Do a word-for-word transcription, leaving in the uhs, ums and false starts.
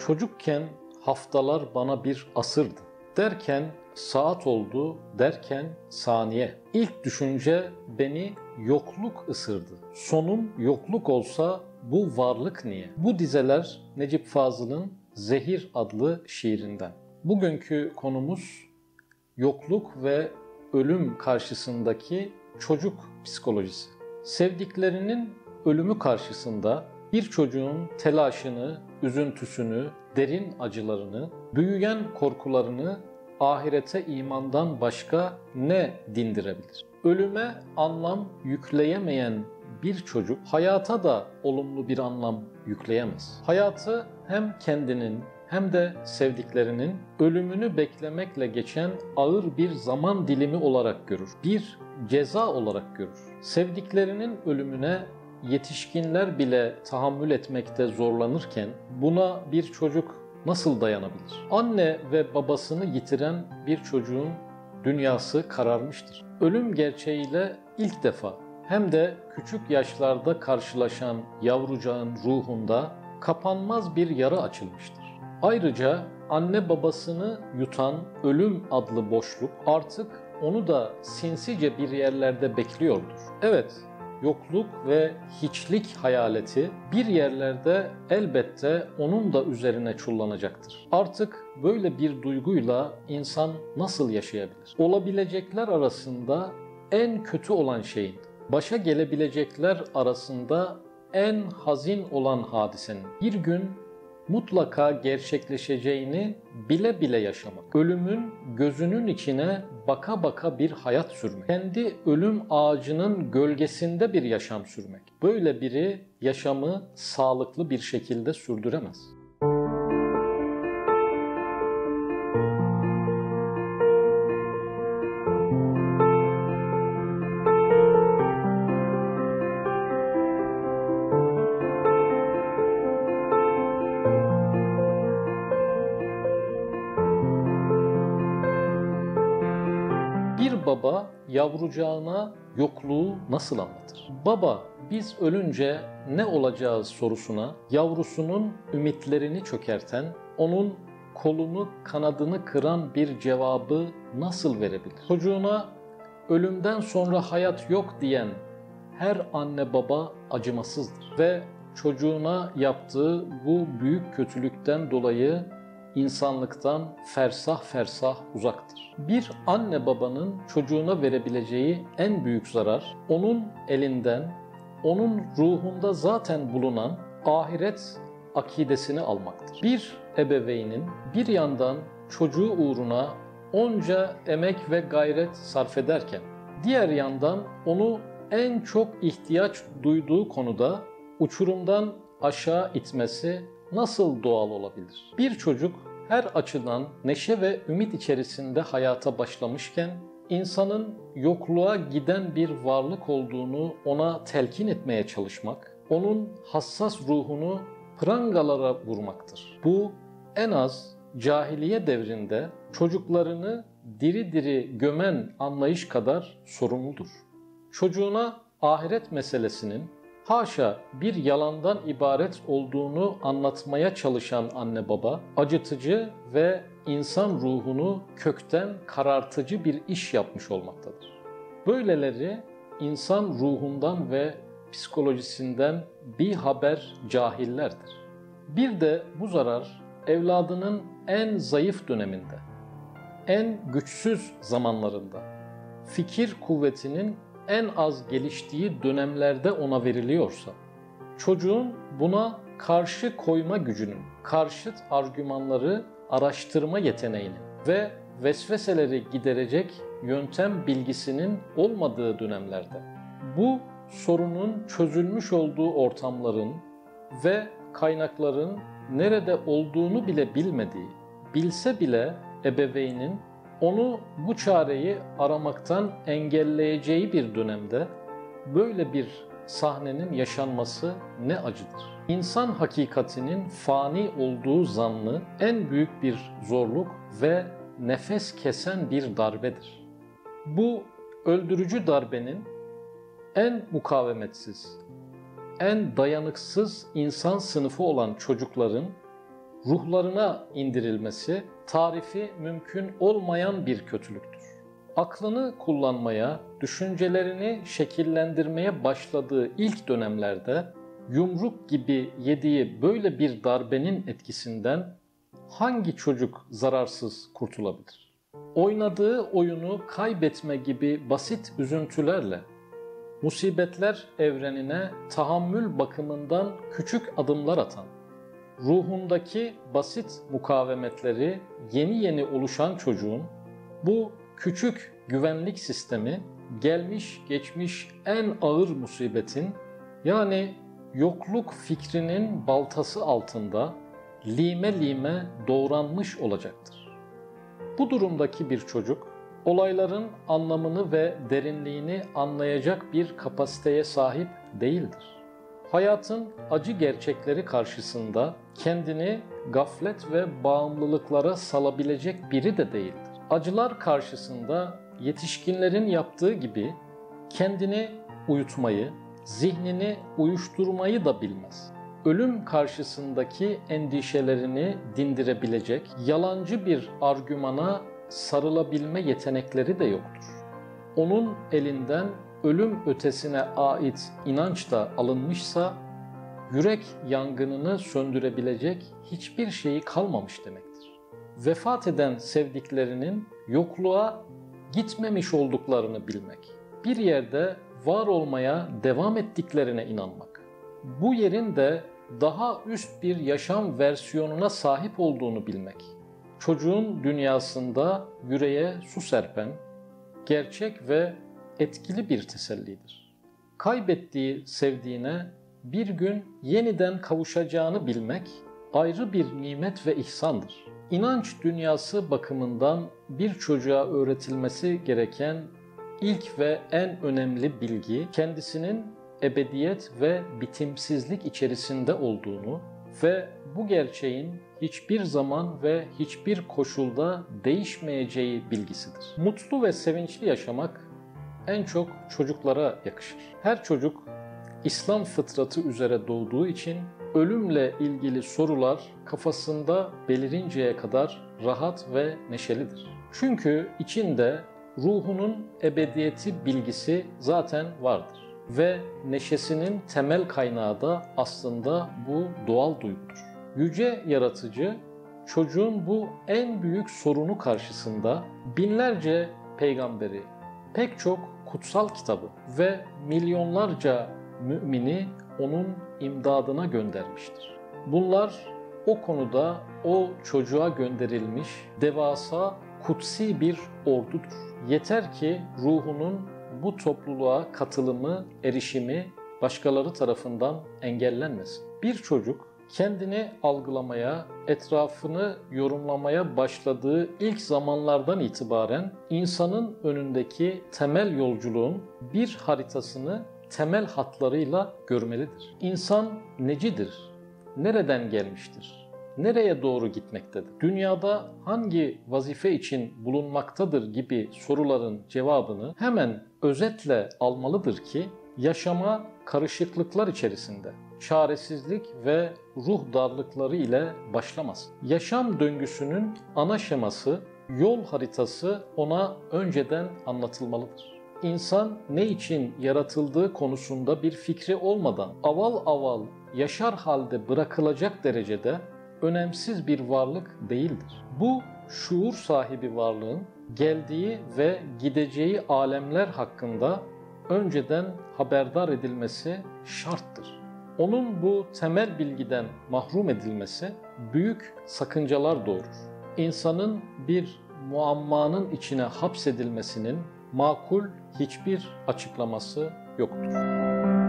Çocukken haftalar bana bir asırdı. Derken saat oldu, derken saniye. İlk düşünce beni yokluk ısırdı. Sonum yokluk olsa bu varlık niye? Bu dizeler Necip Fazıl'ın Zehir adlı şiirinden. Bugünkü konumuz yokluk ve ölüm karşısındaki çocuk psikolojisi. Sevdiklerinin ölümü karşısında bir çocuğun telaşını, üzüntüsünü, derin acılarını, büyüyen korkularını ahirete imandan başka ne dindirebilir? Ölüme anlam yükleyemeyen bir çocuk hayata da olumlu bir anlam yükleyemez. Hayatı hem kendinin hem de sevdiklerinin ölümünü beklemekle geçen ağır bir zaman dilimi olarak görür. Bir ceza olarak görür. Sevdiklerinin ölümüne yetişkinler bile tahammül etmekte zorlanırken buna bir çocuk nasıl dayanabilir? Anne ve babasını yitiren bir çocuğun dünyası kararmıştır. Ölüm gerçeğiyle ilk defa hem de küçük yaşlarda karşılaşan yavrucağın ruhunda kapanmaz bir yara açılmıştır. Ayrıca anne babasını yutan ölüm adlı boşluk artık onu da sinsice bir yerlerde bekliyordur. Evet, yokluk ve hiçlik hayaleti bir yerlerde elbette onun da üzerine çullanacaktır. Artık böyle bir duyguyla insan nasıl yaşayabilir? Olabilecekler arasında en kötü olan şeyin, başa gelebilecekler arasında en hazin olan hadisenin bir gün mutlaka gerçekleşeceğini bile bile yaşamak. Ölümün gözünün içine baka baka bir hayat sürmek. Kendi ölüm ağacının gölgesinde bir yaşam sürmek. Böyle biri yaşamı sağlıklı bir şekilde sürdüremez. Bir baba yavrucağına yokluğu nasıl anlatır? Baba, biz ölünce ne olacağız sorusuna yavrusunun ümitlerini çökerten, onun kolunu kanadını kıran bir cevabı nasıl verebilir? Çocuğuna ölümden sonra hayat yok diyen her anne baba acımasızdır ve çocuğuna yaptığı bu büyük kötülükten dolayı insanlıktan fersah fersah uzaktır. Bir anne babanın çocuğuna verebileceği en büyük zarar, onun elinden, onun ruhunda zaten bulunan ahiret akidesini almaktır. Bir ebeveynin bir yandan çocuğu uğruna onca emek ve gayret sarf ederken, diğer yandan onu en çok ihtiyaç duyduğu konuda uçurumdan aşağı itmesi nasıl doğal olabilir? Bir çocuk her açıdan neşe ve ümit içerisinde hayata başlamışken insanın yokluğa giden bir varlık olduğunu ona telkin etmeye çalışmak, onun hassas ruhunu prangalara vurmaktır. Bu en az cahiliye devrinde çocuklarını diri diri gömen anlayış kadar sorumludur. Çocuğuna ahiret meselesinin haşa bir yalandan ibaret olduğunu anlatmaya çalışan anne baba, acıtıcı ve insan ruhunu kökten karartıcı bir iş yapmış olmaktadır. Böyleleri insan ruhundan ve psikolojisinden bir haber cahillerdir. Bir de bu zarar evladının en zayıf döneminde, en güçsüz zamanlarında, fikir kuvvetinin en az geliştiği dönemlerde ona veriliyorsa, çocuğun buna karşı koyma gücünün, karşıt argümanları araştırma yeteneğinin ve vesveseleri giderecek yöntem bilgisinin olmadığı dönemlerde, bu sorunun çözülmüş olduğu ortamların ve kaynakların nerede olduğunu bile bilmediği, bilse bile ebeveynin onu bu çareyi aramaktan engelleyeceği bir dönemde böyle bir sahnenin yaşanması ne acıdır. İnsan hakikatinin fani olduğu zannı en büyük bir zorluk ve nefes kesen bir darbedir. Bu öldürücü darbenin en mukavemetsiz, en dayanıksız insan sınıfı olan çocukların ruhlarına indirilmesi tarifi mümkün olmayan bir kötülüktür. Aklını kullanmaya, düşüncelerini şekillendirmeye başladığı ilk dönemlerde yumruk gibi yediği böyle bir darbenin etkisinden hangi çocuk zararsız kurtulabilir? Oynadığı oyunu kaybetme gibi basit üzüntülerle musibetler evrenine tahammül bakımından küçük adımlar atan, ruhundaki basit mukavemetleri yeni yeni oluşan çocuğun bu küçük güvenlik sistemi gelmiş geçmiş en ağır musibetin, yani yokluk fikrinin baltası altında lime lime doğranmış olacaktır. Bu durumdaki bir çocuk, olayların anlamını ve derinliğini anlayacak bir kapasiteye sahip değildir. Hayatın acı gerçekleri karşısında kendini gaflet ve bağımlılıklara salabilecek biri de değildir. Acılar karşısında yetişkinlerin yaptığı gibi kendini uyutmayı, zihnini uyuşturmayı da bilmez. Ölüm karşısındaki endişelerini dindirebilecek yalancı bir argümana sarılabilme yetenekleri de yoktur. Onun elinden ölüm ötesine ait inanç da alınmışsa, yürek yangınını söndürebilecek hiçbir şeyi kalmamış demektir. Vefat eden sevdiklerinin yokluğa gitmemiş olduklarını bilmek, bir yerde var olmaya devam ettiklerine inanmak, bu yerin de daha üst bir yaşam versiyonuna sahip olduğunu bilmek, çocuğun dünyasında yüreğe su serpen, gerçek ve etkili bir tesellidir. Kaybettiği sevdiğine bir gün yeniden kavuşacağını bilmek ayrı bir nimet ve ihsandır. İnanç dünyası bakımından bir çocuğa öğretilmesi gereken ilk ve en önemli bilgi, kendisinin ebediyet ve bitimsizlik içerisinde olduğunu ve bu gerçeğin hiçbir zaman ve hiçbir koşulda değişmeyeceği bilgisidir. Mutlu ve sevinçli yaşamak en çok çocuklara yakışır. Her çocuk İslam fıtratı üzere doğduğu için ölümle ilgili sorular kafasında belirinceye kadar rahat ve neşelidir. Çünkü içinde ruhunun ebediyeti bilgisi zaten vardır ve neşesinin temel kaynağı da aslında bu doğal duygudur. Yüce Yaratıcı, çocuğun bu en büyük sorunu karşısında binlerce peygamberi, pek çok kutsal kitabı ve milyonlarca mümini onun imdadına göndermiştir. Bunlar o konuda o çocuğa gönderilmiş devasa kutsi bir ordudur. Yeter ki ruhunun bu topluluğa katılımı, erişimi başkaları tarafından engellenmesin. Bir çocuk kendini algılamaya, etrafını yorumlamaya başladığı ilk zamanlardan itibaren insanın önündeki temel yolculuğun bir haritasını temel hatlarıyla görmelidir. İnsan necidir? Nereden gelmiştir? Nereye doğru gitmektedir? Dünyada hangi vazife için bulunmaktadır gibi soruların cevabını hemen özetle almalıdır ki yaşama karışıklıklar içerisinde, çaresizlik ve ruh darlıkları ile başlamasın. Yaşam döngüsünün ana şeması, yol haritası ona önceden anlatılmalıdır. İnsan ne için yaratıldığı konusunda bir fikri olmadan aval aval yaşar halde bırakılacak derecede önemsiz bir varlık değildir. Bu şuur sahibi varlığın geldiği ve gideceği alemler hakkında önceden haberdar edilmesi şarttır. Onun bu temel bilgiden mahrum edilmesi büyük sakıncalar doğurur. İnsanın bir muammanın içine hapsedilmesinin makul hiçbir açıklaması yoktur.